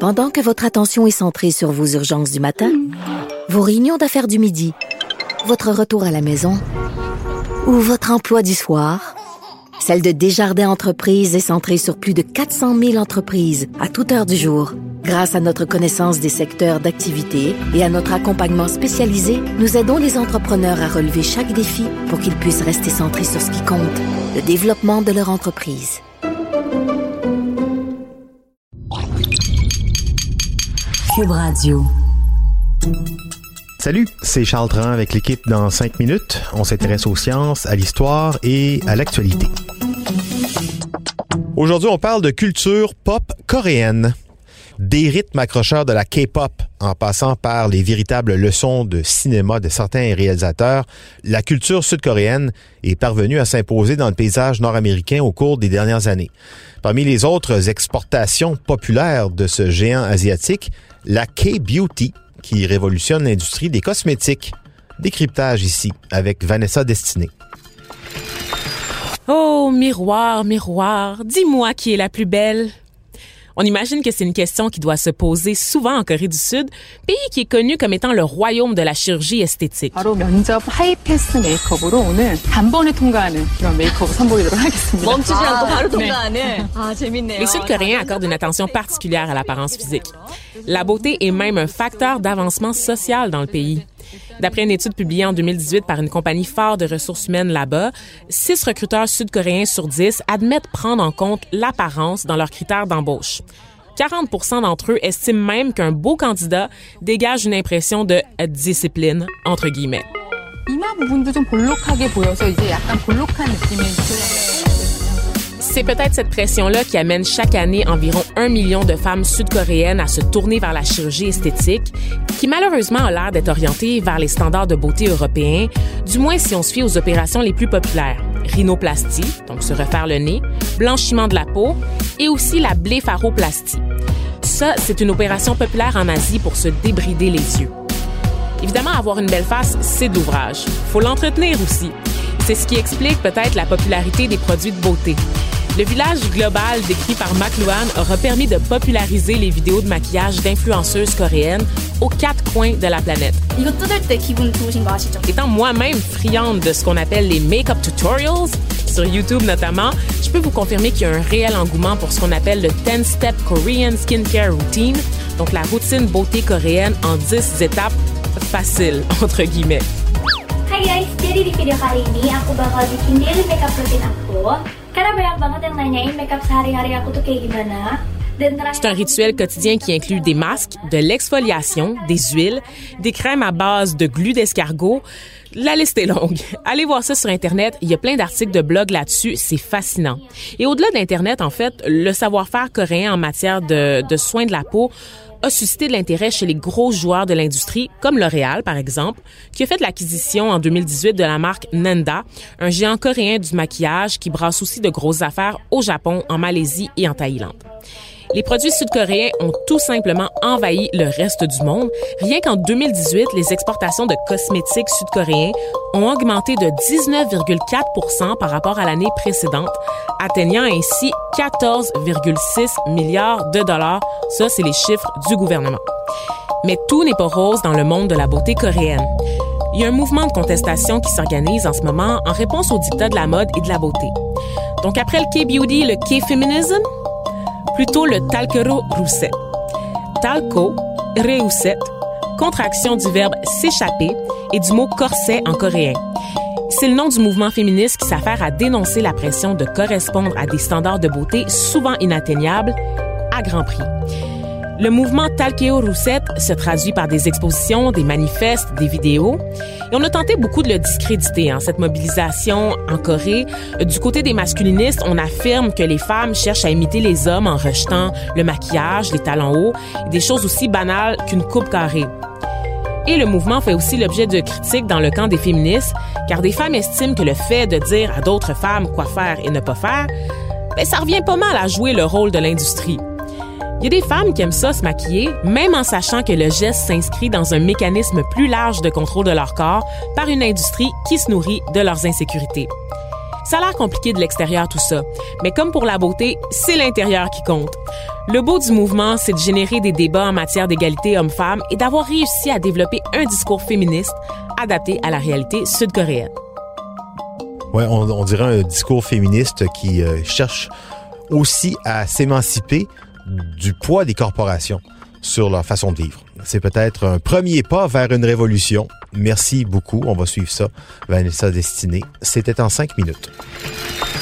Pendant que votre attention est centrée sur vos urgences du matin, vos réunions d'affaires du midi, votre retour à la maison ou votre emploi du soir, celle de Desjardins Entreprises est centrée sur plus de 400 000 entreprises à toute heure du jour. Grâce à notre connaissance des secteurs d'activité et à notre accompagnement spécialisé, nous aidons les entrepreneurs à relever chaque défi pour qu'ils puissent rester centrés sur ce qui compte, le développement de leur entreprise. Cube Radio. Salut, c'est Charles Tran avec l'équipe dans 5 minutes. On s'intéresse aux sciences, à l'histoire et à l'actualité. Aujourd'hui, on parle de culture pop coréenne. Des rythmes accrocheurs de la K-pop, en passant par les véritables leçons de cinéma de certains réalisateurs, la culture sud-coréenne est parvenue à s'imposer dans le paysage nord-américain au cours des dernières années. Parmi les autres exportations populaires de ce géant asiatique, la K-beauty, qui révolutionne l'industrie des cosmétiques. Décryptage ici, avec Vanessa Destinée. Oh, miroir, miroir, dis-moi qui est la plus belle. On imagine que c'est une question qui doit se poser souvent en Corée du Sud, pays qui est connu comme étant le royaume de la chirurgie esthétique. 바로 면접 하이패스 메이크업으로 오늘 단번에 통과하는 그런 메이크업을 선보이도록 하겠습니다. 멈추지 않고 바로 통과하는. 아, 재밌네요. Les Sud-Coréens accordent une attention particulière à l'apparence physique. La beauté est même un facteur d'avancement social dans le pays. D'après une étude publiée en 2018 par une compagnie phare de ressources humaines là-bas, 6 recruteurs sud-coréens sur 10 admettent prendre en compte l'apparence dans leurs critères d'embauche. 40% d'entre eux estiment même qu'un beau candidat dégage une impression de « discipline » entre guillemets. 이마 부분도 좀 볼록하게 보여서 이제 약간 볼록한 느낌의 C'est peut-être cette pression-là qui amène chaque année environ 1 million de femmes sud-coréennes à se tourner vers la chirurgie esthétique, qui malheureusement a l'air d'être orientée vers les standards de beauté européens, du moins si on se fie aux opérations les plus populaires. Rhinoplastie, donc se refaire le nez, blanchiment de la peau, et aussi la blépharoplastie. Ça, c'est une opération populaire en Asie pour se débrider les yeux. Évidemment, avoir une belle face, c'est d'ouvrage. Faut l'entretenir aussi. C'est ce qui explique peut-être la popularité des produits de beauté. Le village global décrit par McLuhan aura permis de populariser les vidéos de maquillage d'influenceuses coréennes aux 4 coins de la planète. Étant moi-même friande de ce qu'on appelle les make-up tutorials, sur YouTube notamment, je peux vous confirmer qu'il y a un réel engouement pour ce qu'on appelle le 10-step Korean skincare routine, donc la routine beauté coréenne en 10 étapes faciles, entre guillemets. Hai guys, jadi di video kali ini aku bakal bikin daily makeup routine aku. Karena banyak banget yang nanyain makeup sehari-hari aku tuh kayak gimana. C'est un rituel quotidien qui inclut des masques, de l'exfoliation, des huiles, des crèmes à base de glu d'escargot. La liste est longue. Allez voir ça sur Internet. Il y a plein d'articles de blog là-dessus. C'est fascinant. Et au-delà d'Internet, en fait, le savoir-faire coréen en matière de soins de la peau a suscité de l'intérêt chez les gros joueurs de l'industrie, comme L'Oréal, par exemple, qui a fait l'acquisition en 2018 de la marque Nenda, un géant coréen du maquillage qui brasse aussi de grosses affaires au Japon, en Malaisie et en Thaïlande. Les produits sud-coréens ont tout simplement envahi le reste du monde. Rien qu'en 2018, les exportations de cosmétiques sud-coréens ont augmenté de 19,4% par rapport à l'année précédente, atteignant ainsi 14,6 milliards de dollars. Ça, c'est les chiffres du gouvernement. Mais tout n'est pas rose dans le monde de la beauté coréenne. Il y a un mouvement de contestation qui s'organise en ce moment en réponse aux dictats de la mode et de la beauté. Donc après le K-beauty, le K-feminism, plutôt le talkero rousset. Talko, reusset, contraction du verbe s'échapper et du mot corset en coréen. C'est le nom du mouvement féministe qui s'affaire à dénoncer la pression de correspondre à des standards de beauté souvent inatteignables à grand prix. Le mouvement Talkeo Rousset se traduit par des expositions, des manifestes, des vidéos. Et on a tenté beaucoup de le discréditer, cette mobilisation en Corée. Du côté des masculinistes, on affirme que les femmes cherchent à imiter les hommes en rejetant le maquillage, les talons hauts, et des choses aussi banales qu'une coupe carrée. Et le mouvement fait aussi l'objet de critiques dans le camp des féministes, car des femmes estiment que le fait de dire à d'autres femmes quoi faire et ne pas faire, ça revient pas mal à jouer le rôle de l'industrie. Il y a des femmes qui aiment ça se maquiller, même en sachant que le geste s'inscrit dans un mécanisme plus large de contrôle de leur corps par une industrie qui se nourrit de leurs insécurités. Ça a l'air compliqué de l'extérieur tout ça, mais comme pour la beauté, c'est l'intérieur qui compte. Le beau du mouvement, c'est de générer des débats en matière d'égalité homme-femme et d'avoir réussi à développer un discours féministe adapté à la réalité sud-coréenne. Ouais, on dirait un discours féministe qui cherche aussi à s'émanciper du poids des corporations sur leur façon de vivre. C'est peut-être un premier pas vers une révolution. Merci beaucoup. On va suivre ça. Vanessa Destinée. C'était en 5 minutes.